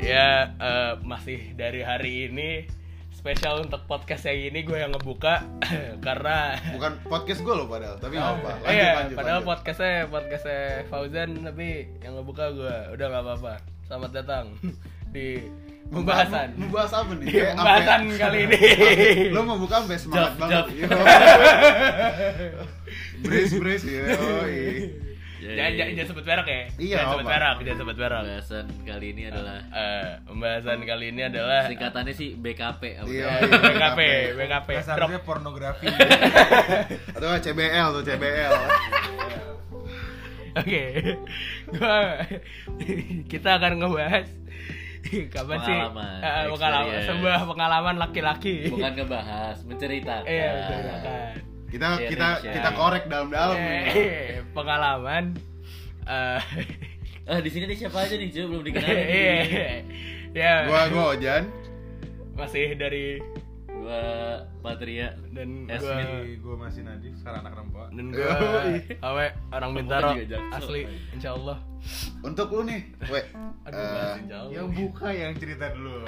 Ya, masih dari hari ini spesial untuk podcast yang ini gue yang ngebuka karena bukan podcast gue loh padahal, tapi nggak apa. Lanjut. Padahal podcastnya Fauzan, tapi yang ngebuka gue. Udah nggak apa-apa. Selamat datang di pembahasan. Membahas apa nih? Di pembahasan kali ini. Lo mau buka sampai semangat banget. Brace ya. Jangan sebut merek ya. Iya, jangan sebut merek. Pembahasan kali ini adalah Singkatannya sih BKP. Iya, BKP. Dasarnya pornografi. Atau CBL. Oke. Kita akan ngebahas kapan sih sebuah pengalaman laki-laki. bukan ngebahas, menceritakan. Iya, menceritakan. Kita korek dalam-dalam nih. Pengalaman Di sini nih siapa aja nih, Jo? Belum dikenalin. Ya. Gua Ojan. Masih dari Gua Patria dan Gue masih Nadif, sekarang anak Rempoa. dan gue Awe orang Bintaro juga Jaksel. asli insyaallah. Untuk lu nih, Aduh, insyaallah. Yang buka yang cerita dulu.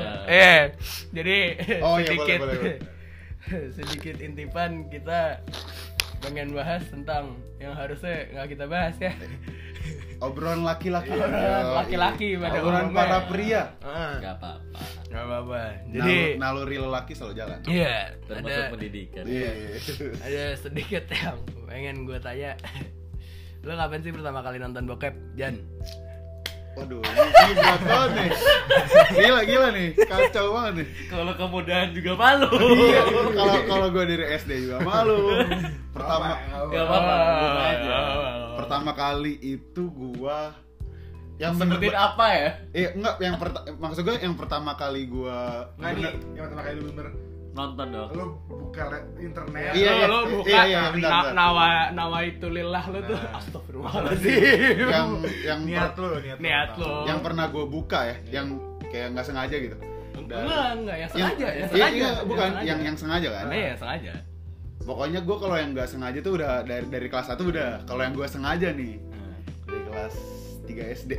Jadi Oh, iya, sedikit boleh. sedikit intipan, kita pengen bahas tentang yang harusnya nggak kita bahas ya. Obrolan laki-laki. Laki-laki pada Obrolan umumnya. para pria. Gak apa-apa. Nggak apa-apa. Jadi naluri lelaki selalu jalan. iya, Termasuk pendidikan. Iya. ada sedikit yang pengen gue tanya. Lo kapan sih pertama kali nonton bokep, Jan? Waduh, ini berat banget nih. Gila nih, kacau banget nih. Kalau kemudahan juga malu. Iya, kalau gue dari SD juga malu. Gak apa-apa. Buka aja. Pertama kali itu gua yang Sebutin apa ya? enggak, maksud gue yang pertama kali gua Nggak nih, yang pertama kali lu bener Nonton dong. lu buka internet. Iya, lo buka bentar. nawa itu lillah lo tuh. Astagfirullahaladzim. yang niat lu. yang pernah gua buka ya, yang kayak nggak sengaja gitu. Enggak, yang sengaja, yang sengaja. Iya, bukan, yang sengaja kan. Iya, sengaja. Pokoknya gue kalau yang nggak sengaja tuh udah dari kelas 1 udah. Kalau yang gue sengaja nih dari kelas 3 SD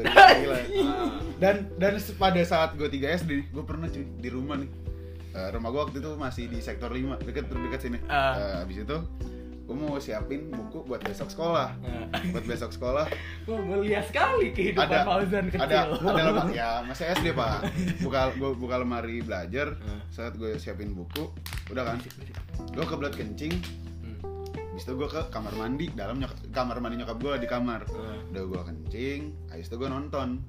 2009. Dan pada saat gue 3 SD gue pernah cuy di rumah nih. Rumah gue waktu itu masih di sektor 5 dekat sini. Habis itu gue mau siapin buku buat besok sekolah. Wah, mulia sekali kehidupan Fauzan kecil. Ada ya masih SD pak. Buka lemari belajar. Saat gue siapin buku, udah kan? Gue kebelet kencing. Habis itu gue ke kamar mandi, kamar mandi nyokap gue di kamar. Udah gue kencing, habis itu gue nonton.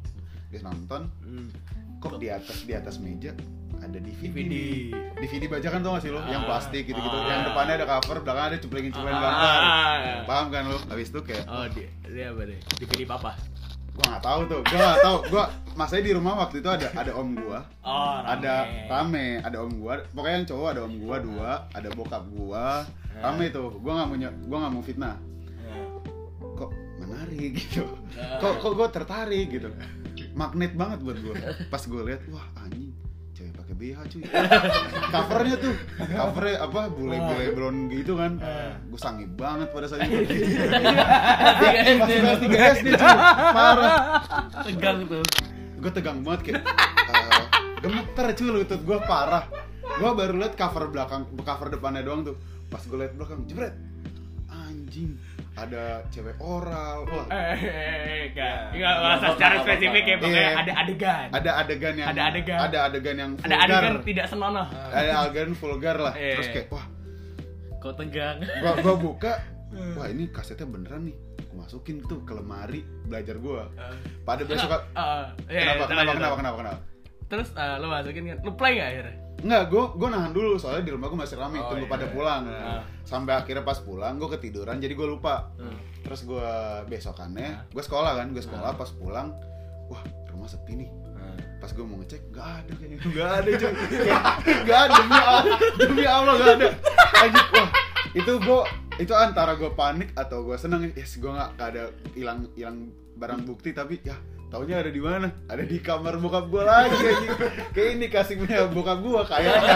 Kok di atas meja ada DVD bajakan tau gak sih lo? Yang plastik gitu-gitu, yang depannya ada cover, belakang ada ceplengin gambar. Paham kan lo? Habis itu kayak dia apa deh? DVD papa. Gua nggak tahu. Gua masanya di rumah waktu itu ada om gua. Rame. Ada om gua. Pokoknya yang cowok ada om gua 2, ada bokap gua. Rame itu. Gua nggak mau fitnah. Kok menarik gitu. Kok gua tertarik gitu. Magnet banget buat gua. Pas gua lihat, wah anjing, cewek pakai BH cuy. Covernya apa bule-bule blonde gitu kan. Gue sangit banget pada saat itu. Masih 3 SD cuy. Parah. Tegang tuh. Gue tegang banget kayak gemeter cuy lutut gue parah. Gue baru liat cover depannya doang tuh. Pas gue liat belakang, jebret. Anjing, ada cewek oral. Wah. Enggak usah secara spesifik ya, pokoknya ada adegan. Ada adegan yang vulgar. Ada adegan tidak senonoh. Ada adegan vulgar lah. Terus kayak wah, Kok tegang? Gua buka, wah ini kasetnya beneran nih. Aku masukin tuh ke lemari belajar gua. Pada besok kenapa? Terus lo masukin kan? Lo play nggak akhirnya? Enggak, gue nahan dulu soalnya di rumah gue masih rame, tunggu pada pulang. Sampai akhirnya pas pulang gue ketiduran jadi gue lupa. Terus gue besokannya gue sekolah pas pulang, wah rumah sepi nih. Pas gue mau ngecek nggak ada kayaknya, nggak ada cuy, nggak ada demi Allah nggak ada. Anjir, wah itu antara gue panik atau gue seneng. Yes, gue nggak ada hilang barang bukti, tapi ya taunya ada di mana? Ada di kamar bokap gue lagi kayak ini kasih punya bokap gue kayaknya.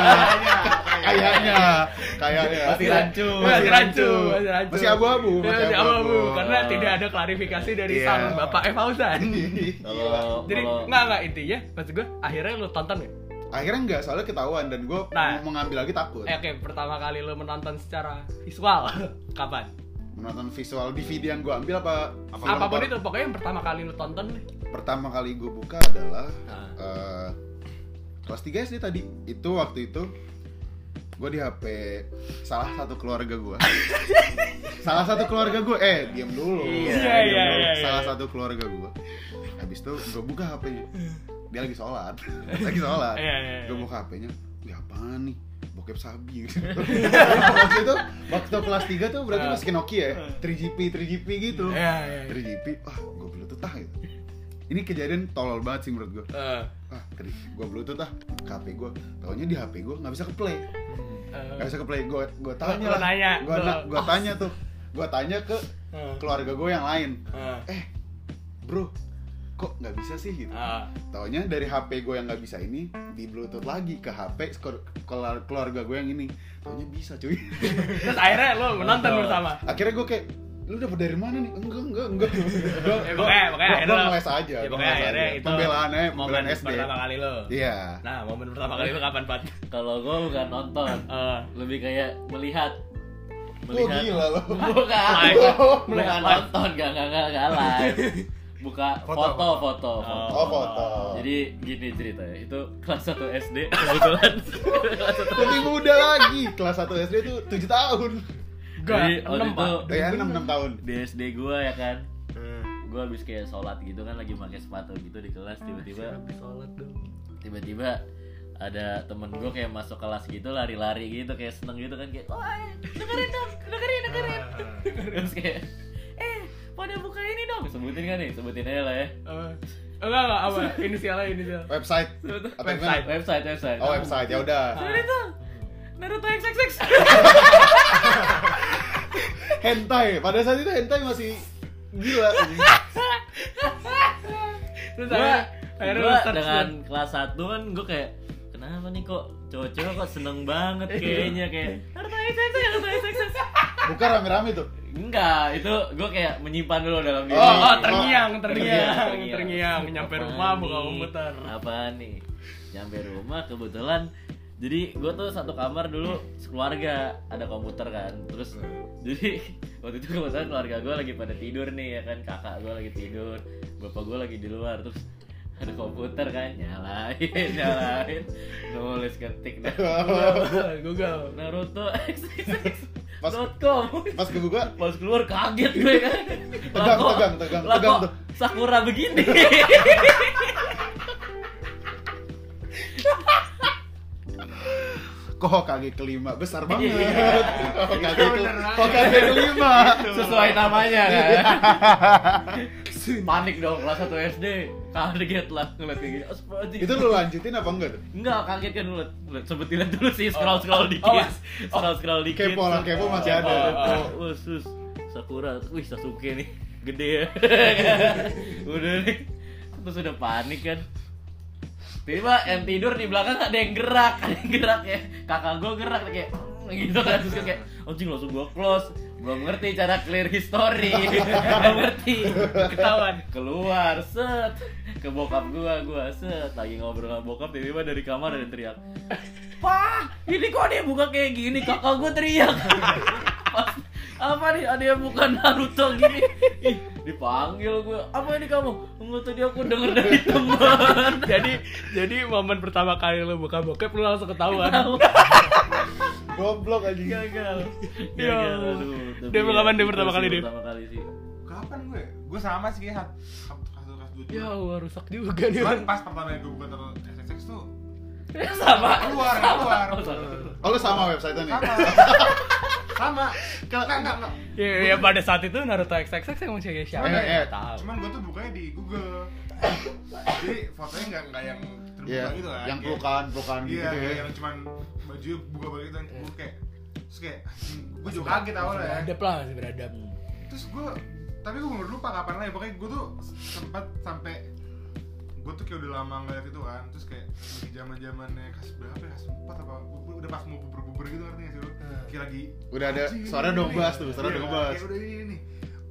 Masih rancu. Masih abu-abu. Karena tidak ada klarifikasi dari Iya. sang Bapak Fauzan. Kalau Jadi enggak intinya maksud gue akhirnya lu tonton ya? Akhirnya enggak, soalnya ketahuan dan gue Nah. mau ngambil lagi takut. Oke, pertama kali lu menonton secara visual kapan? Menonton visual DVD yang gue ambil apa Apapun itu, pokoknya yang pertama kali lu tonton nih. Pertama kali gue buka adalah kelas 3 SD tadi. Itu waktu itu gue di HP salah satu keluarga gue. Salah satu keluarga gue, diam dulu. Iya. Salah satu keluarga gue. Habis itu gue buka HP-nya. Dia lagi sholat. Iya. Gue buka HP-nya. Wih, apaan nih? Bokep sabi gitu. Waktu itu waktu kelas 3 tuh berarti masih Nokia ya. 3GP gitu. Iya. 3GP, gue Bluetooth gitu. Ini kejadian tolol banget sih menurut gue. Gue Bluetooth ke HP gue. Taunya di HP gue nggak bisa ke play. Nggak bisa ke play. Gue tanya Lo lah. nanya. Gue tanya tuh. Gue tanya ke keluarga gue yang lain. Bro, kok nggak bisa sih gitu? Taunya dari HP gue yang nggak bisa ini di Bluetooth lagi ke HP keluarga gue yang ini. Taunya bisa cuy. Terus akhirnya lo menonton bersama. Akhirnya gue kayak, lu dapet dari mana nih? Enggak. Pokoknya akhirnya Gue ngeles aja. Ya pokoknya akhirnya itu pembelaan momen SD. pertama kali lo. Iya. Nah, momen pertama kali lo kapan, Pat? kalau gue bukan nonton, lebih kayak melihat. Gila lo. Bukan. Live. Bukan nonton, enggak live. Buka foto. Oh, foto. Jadi gini ceritanya, itu kelas 1 SD kebetulan. Lebih muda lagi. Kelas 1 SD tuh 7 tahun. Jadi waktu itu Ya 6 tahun. di SD gue ya kan, gue habis kayak sholat gitu kan, lagi pakai sepatu gitu di kelas, tiba-tiba ada temen gue kayak masuk kelas gitu, lari-lari gitu, kayak seneng gitu kan, kayak wah dengerin terus kayak pada buka ini dong, sebutin kan nih, sebutin aja lah ya. Enggak apa inisialnya. Website. Website. Oh, website. Ya udah. Itu Naruto XXX. Hentai. Pada saat itu hentai masih gila. Terus Gue lu search dengan kelas 1 kan gue kayak, kenapa nih kok cowok-cowok kok seneng banget kayaknya, kayak Naruto XXX. Bukan rame-rame tuh. Enggak, itu gue kayak menyimpan dulu dalam diri. terngiang nyampe rumah buka komputer. Apaan nih? Nyampe rumah kebetulan, jadi gue tuh satu kamar dulu sekeluarga, ada komputer kan. Terus jadi waktu itu kebetulan keluarga gue lagi pada tidur nih ya kan, kakak gue lagi tidur, bapak gue lagi di luar. Terus ada komputer kan, nyalain, nulis ketik dah, Google Naruto XXX.com. Pas kebuka, Pas keluar kaget gue kan. tegang Lah tuh. kok Sakura begini? Kok Hokage kelima besar banget. Iya. Hokage kelima. Sesuai namanya kan. Panik dong kelas 1 SD. Kaget lah ngeliat kayak gini. Astagfirullahaladzim. Itu lu lanjutin apa enggak tuh? Enggak, kaget kan ngeliat. Sempet lihat dulu sih, scroll dikit. Scroll dikit. Kepo masih ada. Sus. Sakura. Wih, Sasuke nih. Gede ya. Udah nih. Terus udah panik kan. Tiba yang tidur di belakang ada yang gerak ya. Kakak gue gerak kayak gitu kan, terus kayak anjing langsung gue close. Belum ngerti cara clear history. Belum ngerti. ketahuan Keluar set ke bokap gue set lagi ngobrol sama bokap, tiba-tiba dari kamar ada yang teriak, "Pak, ini kok dia buka kayak gini?" Kakak gue teriak. Apa nih, ada yang bukan Naruto gini? Ih, dipanggil gue. Apa ini kamu? Enggak, tadi aku denger dari teman. jadi momen pertama kali lu buka bokep lu langsung ketahuan. Goblok aja. Gagal. Ya. Aduh. Dia kapan dia pertama kali, Dip? Pertama kali sih. Kapan gue? Gue sama sih kayak kelas 2 Ya, wah, rusak juga nih. Cuman pas pertama gue buka terus XXX tuh Sama. keluar. Oh, lu sama website-nya nih? Sama. Enggak. Ya pada saat itu Naruto XXX yang masih siapa? Enggak tahu. Cuman gue tuh bukanya di Google. Jadi fotonya enggak yang terbuka Iya, gitu kan. yang Kayak- pelukan gitu Iya, ya. yang cuman baju buka balik gitu kan. Gue kayak terus kayak gue juga kaget awalnya ya. Beradab lah, masih beradab. Terus gue tapi gue bener lupa kapan lagi, pokoknya gue tuh sempat sampai gue tuh kayak udah lama ngeliat itu kan. Terus kayak lagi zaman-zamannya kelas berapa ya, kelas 4 apa udah pas mau buber-buber gitu, ngerti gak sih lu? Kayak lagi Udah ada anjing, suara ini udah nih. ngebahas tuh, suara Iya, udah ngebahas. kayak udah ini nih.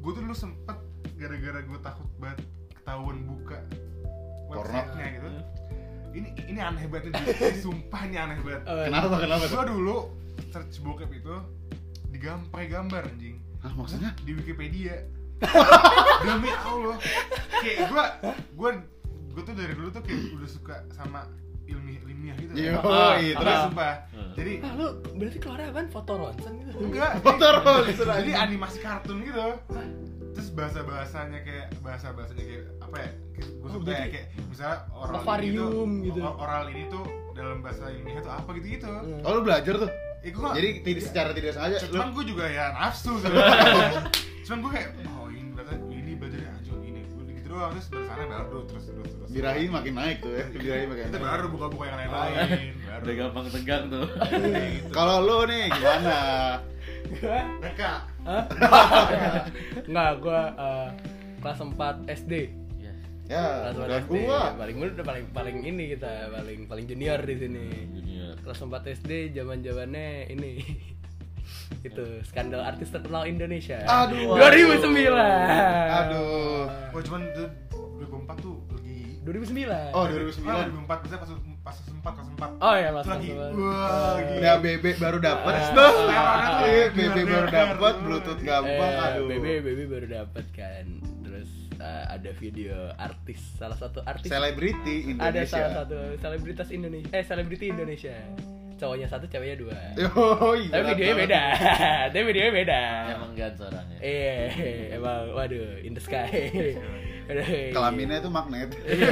gue tuh dulu sempet gara-gara gue takut banget ketahuan buka website-nya gitu. Ini aneh banget ini, sumpah ini aneh banget. Kenapa? Gue dulu search bokep itu pakai gambar anjing. Hah, maksudnya? Di Wikipedia. Demi Allah. Kayak gue tuh dari dulu tuh kayak udah suka sama ilmiah gitu. Yo, terus sumpah. Jadi lu berarti keluarnya apaan? Foto ronsen gitu? enggak. Jadi animasi kartun gitu. Terus bahasa-bahasanya kayak apa ya? Gue suka kayak misalnya akvarium gitu. Oral ini tuh dalam bahasa ilmiah tuh apa gitu. Oh, lu belajar tuh? Jadi secara tidak sengaja. Cuman gue juga ya nafsu sebenarnya. Cuman gue kayak ini belajarnya anjir ini. Gue gitu doang terus dari sana baru terus. Birahi makin naik tuh ya. Kita baru buka-buka yang lain-lain. Udah gampang tegang tuh. Kalau lu nih gimana? Mereka. Enggak, gua kelas 4 SD. Ya, Kelas 4 udah SD. gua. Paling muda paling ini kita, paling junior di sini. Junior. Kelas 4 SD zaman-zamannya ini. Itu skandal artis terkenal Indonesia. Aduh. 2009. Aduh. Wah cuman 2004 tuh lagi 2009. Oh, 2009. 2004 bisa pas kelas 4. Oh ya, Mas. Lagi Mas. wah gila. Udah BB baru dapat. BB baru dapat, Bluetooth gampang. Aduh. BB baru dapat kan. Terus ada video salah satu artis Selebriti Indonesia. ada salah satu selebritas Indonesia selebriti Indonesia, cowoknya 1 ceweknya 2. Yoi, Tapi videonya beda. Emang gans orangnya. Iya, emang waduh in the sky. Kelaminnya itu magnet.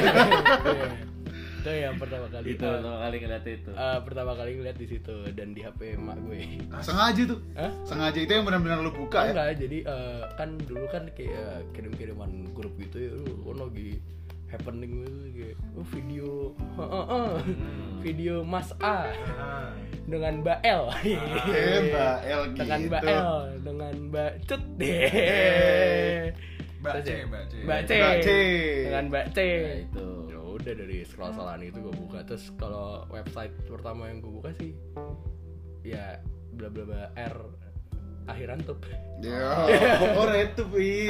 Itu yang pertama kali. Itu pertama kali ngeliat itu. Pertama kali ngeliat di situ dan di HP emak gue. Sengaja tuh. Hah? Sengaja itu yang benar-benar lu buka ya. Enggak, jadi kan dulu kan kayak kirim-kiriman grup gitu ya, lu lagi happening gitu kayak video video Mas A dengan Mbak L. Mbak L gitu. Dengan Mbak L, dengan Mbak Cut deh. Mbak C. Dengan Mbak C. Nah, itu. Ya udah dari scroll-scrollan itu gue buka, terus kalau website pertama yang gue buka sih ya bla bla bla R akhiran tuh. Oh, retup.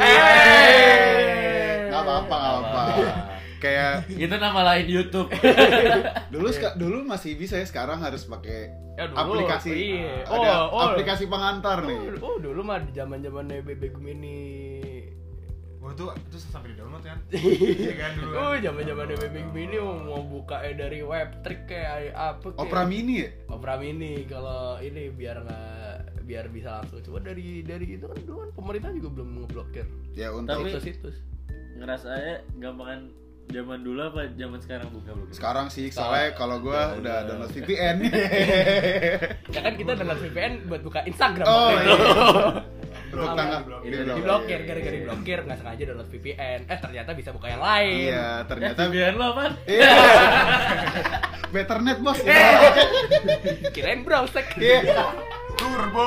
Enggak apa-apa. Kayak Itu nama lain YouTube. dulu masih bisa ya, sekarang harus pakai Ya, dulu, aplikasi. iya. Ada Oh. aplikasi pengantar nih. Dulu mah zaman-zamannya BB Gemini. Wah itu sampai di download kan? Iya kan dulu. Zaman-zamannya BB Gemini mau buka dari web trick kayak apa kayak. Opera Mini ya? Opera Mini kalau ini biar bisa langsung. Cuma dari itu kan dulu kan pemerintah juga belum ngeblokir. Ya untuk Tapi- situs. Ngerasanya gampangan zaman dulu apa zaman sekarang buka blog? sekarang sih, soalnya kalau gua udah download VPN. Ya kan kita download VPN buat buka Instagram. Oh, waktu itu. Tepuk tangan. Diblokir, gara-gara diblokir nggak sengaja download VPN. Ternyata bisa buka yang lain. Iya, ternyata Biar lo apaan? Iya. Betternet, Bos. Kirain browser. Iya. Turbo.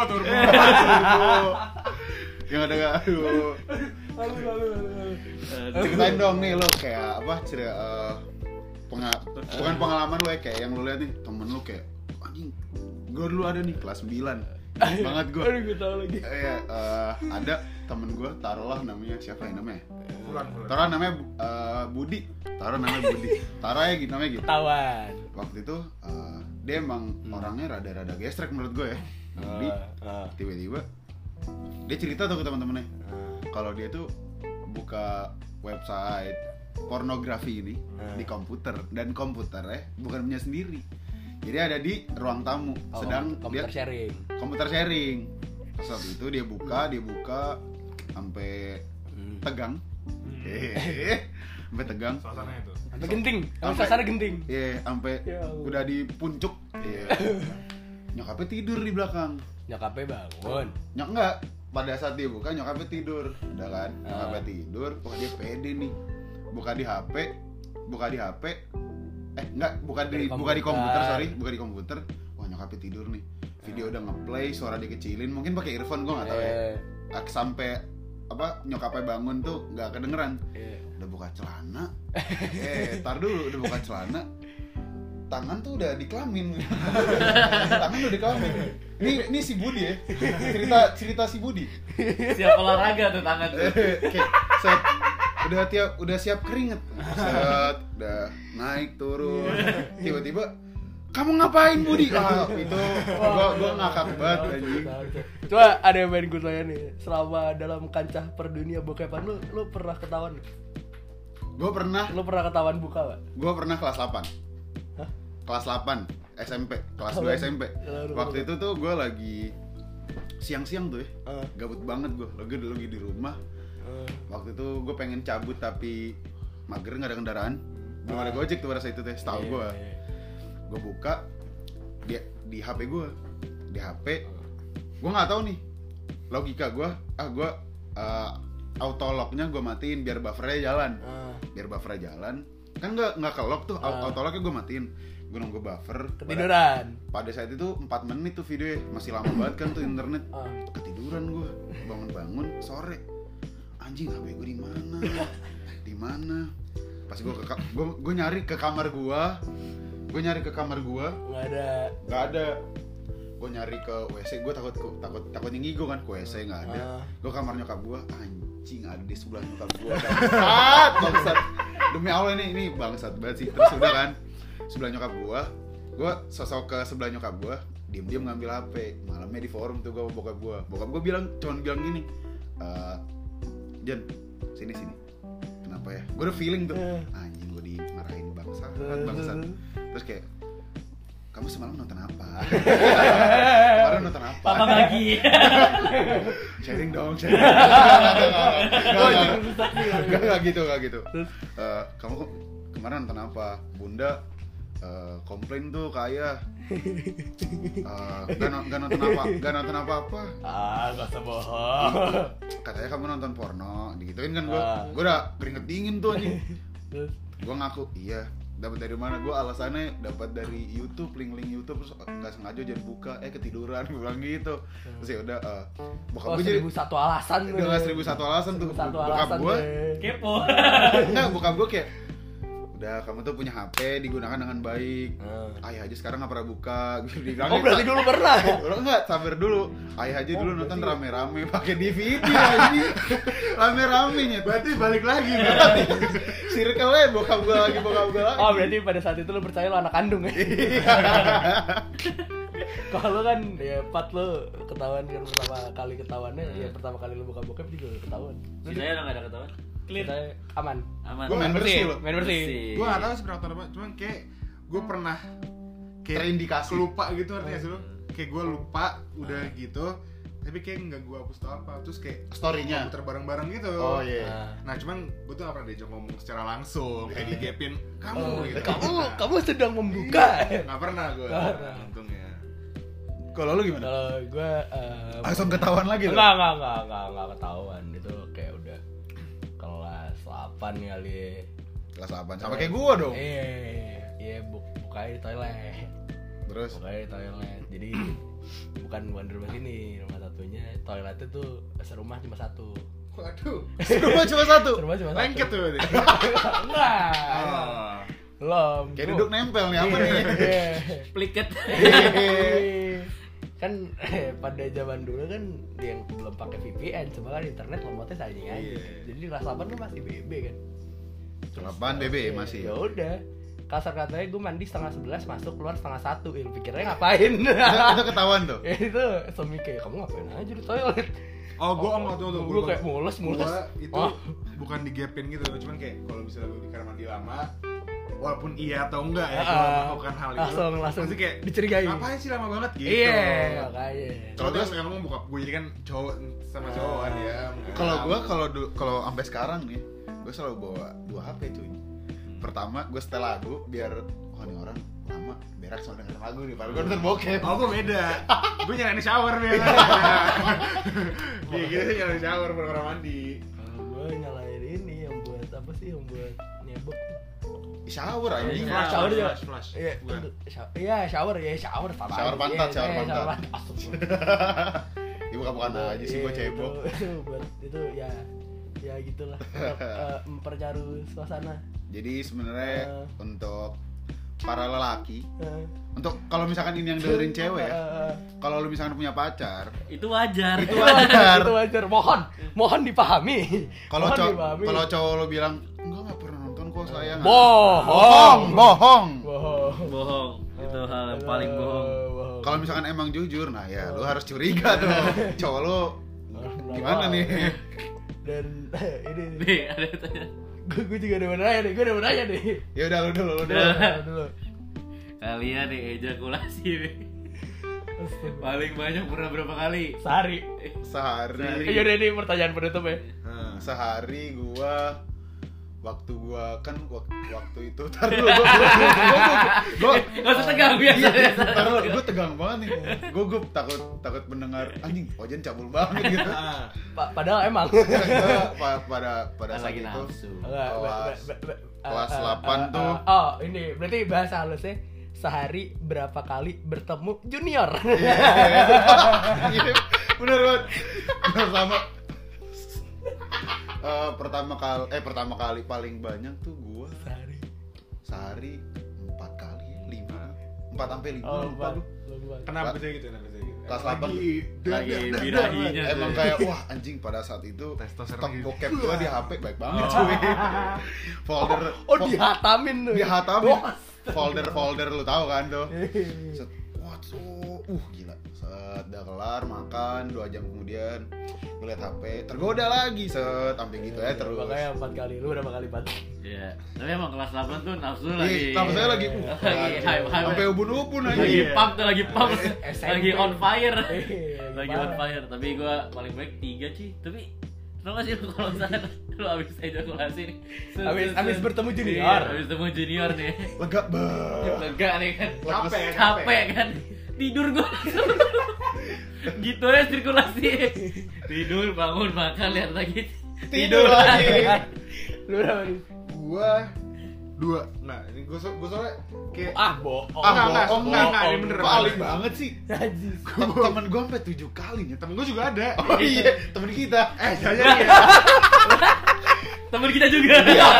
Yang ada enggak? Aduh. Ceritain dong nih lo kayak apa? Bukan pengalaman lo ya, kayak yang lo lihat nih temen lo kayak anjing. Gue dulu ada nih kelas 9. Banget gue. Aduh, gue tahu lagi. Iya, ada temen gue, taruhlah namanya siapa ya namanya? Bulan. Taruh namanya Budi. Taruh ya gitu namanya gitu. Ketahuan. Waktu itu dia emang orangnya rada-rada gestrek menurut gue ya. Budi. Tiba-tiba dia cerita tuh ke teman-temannya. Kalau dia tuh buka website pornografi ini di komputer, dan komputernya bukan punya sendiri. Jadi ada di ruang tamu, sedang komputer dia sharing. komputer sharing. Pas waktu itu dia buka sampai tegang. Sampai tegang. Suasananya itu. Sampai genting, Sampai- suasana genting. Iya, sampai Ya Allah. udah di puncuk. Iya. Nyokapnya tidur di belakang. Nyokapnya bangun. Enggak, pada saat dia buka nyokapnya tidur. Udah kan? Nyokapnya tidur, wah dia pede nih. Buka di HP. Enggak, buka di komputer, sorry, buka di komputer. Wah, nyokapnya tidur nih. Video udah ngeplay, suara dikecilin, mungkin pakai earphone, gua enggak tahu ya. Sampai nyokapnya bangun tuh nggak kedengeran. Udah buka celana. Tar dulu, udah buka celana. tangan tuh udah di kelamin. Tangan udah di kelamin. Ini si Budi ya. Cerita si Budi. Siap olahraga tuh tangan tuh. Kayak udah siap keringet. Udah naik turun. Tiba-tiba kamu ngapain Budi? Itu gua ngakak banget anjing. Coba ada yang main gue tanya nih, selama dalam kancah perdunia bokepan lu pernah ketahuan? Gue pernah. Lu pernah ketahuan buka, Pak? Gue pernah kelas 8. Hah? Kelas 8 SMP, kelas 2 SMP. Waktu itu tuh gue lagi siang-siang tuh ya. Gabut banget gue. Lagi di rumah. Waktu itu gue pengen cabut tapi mager, enggak ada kendaraan. Belum ada Gojek tuh pada saat itu teh, setahu gue. Gue buka di HP gue. Di HP gue nggak tahu nih. Logika gue, auto locknya gue matiin biar buffernya jalan. Biar buffernya jalan. Kan nggak ke lock tuh, auto locknya gue matiin. Gue nunggu buffer. Ketiduran. Pada saat itu 4 menit tuh videonya, masih lama banget kan tuh internet. Ketiduran gue, bangun sore. Anjing HP gue di mana? Di mana? Pas gue nyari ke kamar gue. Nggak ada. Gue nyari ke WC, gue takut ngigo kan, ke WC nggak ada. Gue kamar nyokap gue, anjing ada di sebelah nyokap gue. Bangsat. Demi Allah ini bangsat banget sih. Terus udah kan, sebelah nyokap gue sosok ke sebelah nyokap gue, diam-diam ngambil HP. Malamnya di forum tuh gue bokap gue cuman bilang gini, Jan, sini. Kenapa ya? Gue udah feeling tuh, anjing gue dimarahin bangsat. Terus kayak, kamu semalam nonton apa? Kemarin nonton apa? Papa lagi. Sharing dong. Gak gitu. Kamu kemarin nonton apa? Bunda komplain tuh ke ayah. Gak nonton apa-apa. Gak usah bohong. Katanya kamu nonton porno. Digituin kan gue udah keringet dingin tuh anjing. Gue ngaku, iya. Dapat dari mana? Gue alasannya dapat dari YouTube, link YouTube, terus nggak sengaja jadi buka, ketiduran, gue bilang gitu. Terus ya udah, bokap gue jadi 1001 alasan. Udah 1001 alasan tuh. Bokap gue Kepo. Enggak, bokap gue kayak, udah kamu tuh punya HP digunakan dengan baik. Ayah aja sekarang nggak pernah buka. Berarti dulu pernah? Enggak, sabar dulu. Ayah aja dulu nonton rame-rame pakai DVD aja. Rame-ramenya. Berarti balik lagi. Circle-nya bokap gue lagi. Oh, berarti pada saat itu lo percaya lo anak kandung ya? Kalau kan ya Pat lo ketahuan kan pertama kali ketahuannya, ya pertama kali lo buka bokep juga ketahuan. Sisanya nggak ada ketahuan. Clear. Kita aman. Gue main bersih. Gue nggak tahu seberapa tahun apa, cuman kayak gue pernah kayak terindikasi lupa gitu, artinya sih lo. Kayak gue lupa udah gitu, tapi kayak nggak gue hapus atau apa, terus kayak story-nya komputer bareng-bareng gitu. Oh iya. Nah cuman gue tuh nggak pernah diajak ngomong secara langsung, kayak digepin kamu gitu. Kamu sedang membuka. Nggak pernah gue. Untungnya. Kalau lu gimana? Kalau gue langsung ketahuan lagi lo? Enggak ketahuan. Itu kayak udah kelas 8 kali. Kelas 8 sama kayak gua dong. Iya, buka di toilet. Terus? Buka di toilet. Jadi bukan di rumah sini, rumah satunya. Toiletnya tuh serumah cuma satu. Waduh. Serumah cuma satu? Serumah cuma satu. Lengket tuh berarti? Enggak. Belum. Kayak duduk nempel nih apa nih? Pliket. Kan pada zaman dulu kan yang belum pakai VPN, cuma kan internet lemotnya saja aja. Jadi kelas 8 kan masih BB kan. 8 BB masih. Ya udah. Kasar katanya gue mandi 10:30 masuk keluar 1:30. Il pikirnya ngapain? Itu ketahuan tuh. Itu Somi kayak kamu ngapain aja di toilet. Oh, gue tuh. Gue kayak mules. Gua itu bukan digepin gitu, cuman kayak kalau misalnya gue di kamar mandi lama, walaupun iya atau enggak ya, kalau melakukan hal itu langsung pasti kayak dicurigai. ngapain sih lama banget gitu. Iya, makanya. Kalau terus emang bokap gue jadi kan cowok sama cowok kan ya. Kalau gue kalau sampai sekarang nih, gue selalu bawa 2 HP cuy. Pertama gue setel lagu biar nih orang lama berak sama dengerin lagu nih, padahal gue nonton bokep. Oh, gue beda. Gue nyalain shower biasanya. Iya, gitu nyalain shower baru kamar mandi. Gue nyalain ini yang buat apa sih, yang buat nyebok. Shower anjing. Shower juga. Flash. Iya, shower sama. Shower pantat. Ibu bukan aja sih gue cebok. Itu ya gitulah. Mempercaru suasana. Jadi sebenarnya untuk para lelaki. Untuk kalau misalkan ini yang dengerin cewek ya. Kalau lu misalkan punya pacar, Itu wajar. itu wajar. Itu wajar. Mohon dipahami. Kalau Mohon dipahami. kalau cowok lu bilang enggak pernah nonton kok sayang. Bohong. Bohong. Bohong. Itu hal yang paling bohong. Kalau misalkan emang jujur, nah ya lu harus curiga tuh. Cowok lu gimana nih? Dan ini Nih, ada yang tanya. gue juga ada mau nanya nih. Ya udah lu dulu. Dulu. Kalian nih ejakulasi nih. Paling banyak pernah berapa kali? Sehari. Sehari. Ya udah ini pertanyaan penutup ya. Sehari gua waktu itu tar dulu gua Gak usah tegang biasa. gua tegang banget nih. Gua takut mendengar anjing Ojen cabul banget gitu. Padahal emang. Pada saat Lagi itu nafsu. kelas 8 tuh. Oh, ini berarti bahasa halusnya sehari berapa kali bertemu junior. Iya, bener banget. Bener sama. Pertama kali paling banyak tuh gua sehari 4 kali, 5 sampai 5 Oh, lupa lu. Kenapa bisa gitu? Kelas 8 Lagi birahinya. emang kayak wah anjing pada saat itu Testosteron stok gitu. bokep gua di HP baik banget cuy. Oh, dihatamin tuh. dihatamin. Folder lu tahu kan tuh. Set, wah, gila. Set, udah kelar makan 2 jam kemudian gue liat HP, tergoda lagi set, sampai gitu ya terus. Makanya 4 kali. Lu berapa kali 4? Iya. Tapi emang kelas 8 tuh nafsu Ih, lagi. nama saya lagi Lagi hype. sampai ubun-ubun aja. Lagi pump tuh, lagi pump. SMP. Lagi on fire. Lagi Lagi on fire. Tapi gua paling baik 3 sih. Tapi tau gak sih lu kalau misalkan lu abis ejakulasi nih, Abis bertemu junior. Iya, abis bertemu junior nih, Lega banget. lega nih kan, Capek kan, tidur gua gitu ya sirkulasi, tidur bangun makan lihat lagi, Tidur lagi. Lu berapa nih? Gua 2. Nah, ini gua soalnya kayak Bohong. Enggak, ini bener paling banget sih. Najis. Temen gue sampai 7 kali nih. temen gua juga ada. Oh iya, temen kita. Jangan ya. temen kita juga.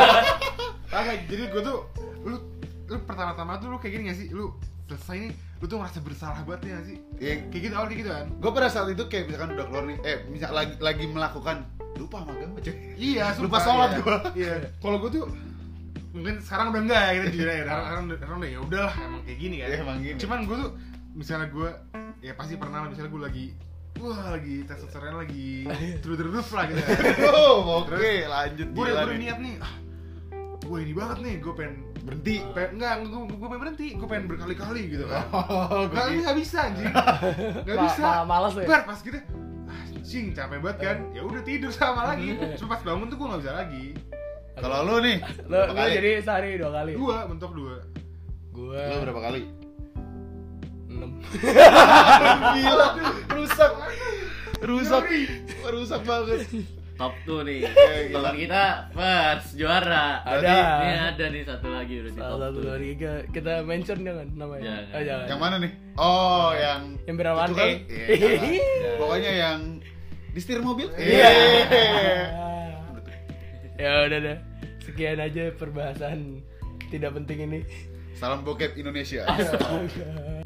Jadi gua tuh lu pertama-tama tuh lu kayak gini gak sih? Lu selesai nih, lu tuh ngerasa bersalah banget nih gak sih? Iya. Kayak gitu awal kayak gitu kan? Gue pada saat itu kayak misalkan udah keluar nih, misal lagi melakukan lupa sama agama cuy. Iya, Lupa sholat iya. gua. Iya. Kalau gua tuh mungkin sekarang udah enggak ya gitu jujur ya. Sekarang udah ya udahlah emang kayak gini kan. Iya, emang gini. Cuman gua tuh misalnya gua ya pasti pernah misalnya gua lagi lagi testosteron lagi terus lah gitu. Oh, oke, lanjut Gue gila udah nih. niat nih, gue ini banget nih, gue pengen Berhenti. gue pengen berhenti, gue pengen berkali-kali gitu kan. Oh, Nggak bisa anjing, nggak bisa. Males ya? Bar pas gitu, anjing capek banget kan, ya udah tidur sama lagi. Cuma pas bangun tuh gue nggak bisa lagi. Kalau lu nih, Lu berapa kali? jadi sehari 2 kali. Mentok 2. Gua Lu berapa kali? 6. Gila, rusak banget. Top tuh nih, Gila. teman kita first juara. Ada. Ini ada nih satu lagi udah di top Salah satu tuh. dari kita mention jangan namanya. Jangan. Jangan. Yang mana nih? Oh, yang berawan itu kan? E. Iya, pokoknya yang di setir mobil. Iya. Ya udah deh. Sekian aja perbahasan tidak penting ini. Salam bokep Indonesia. Astaga.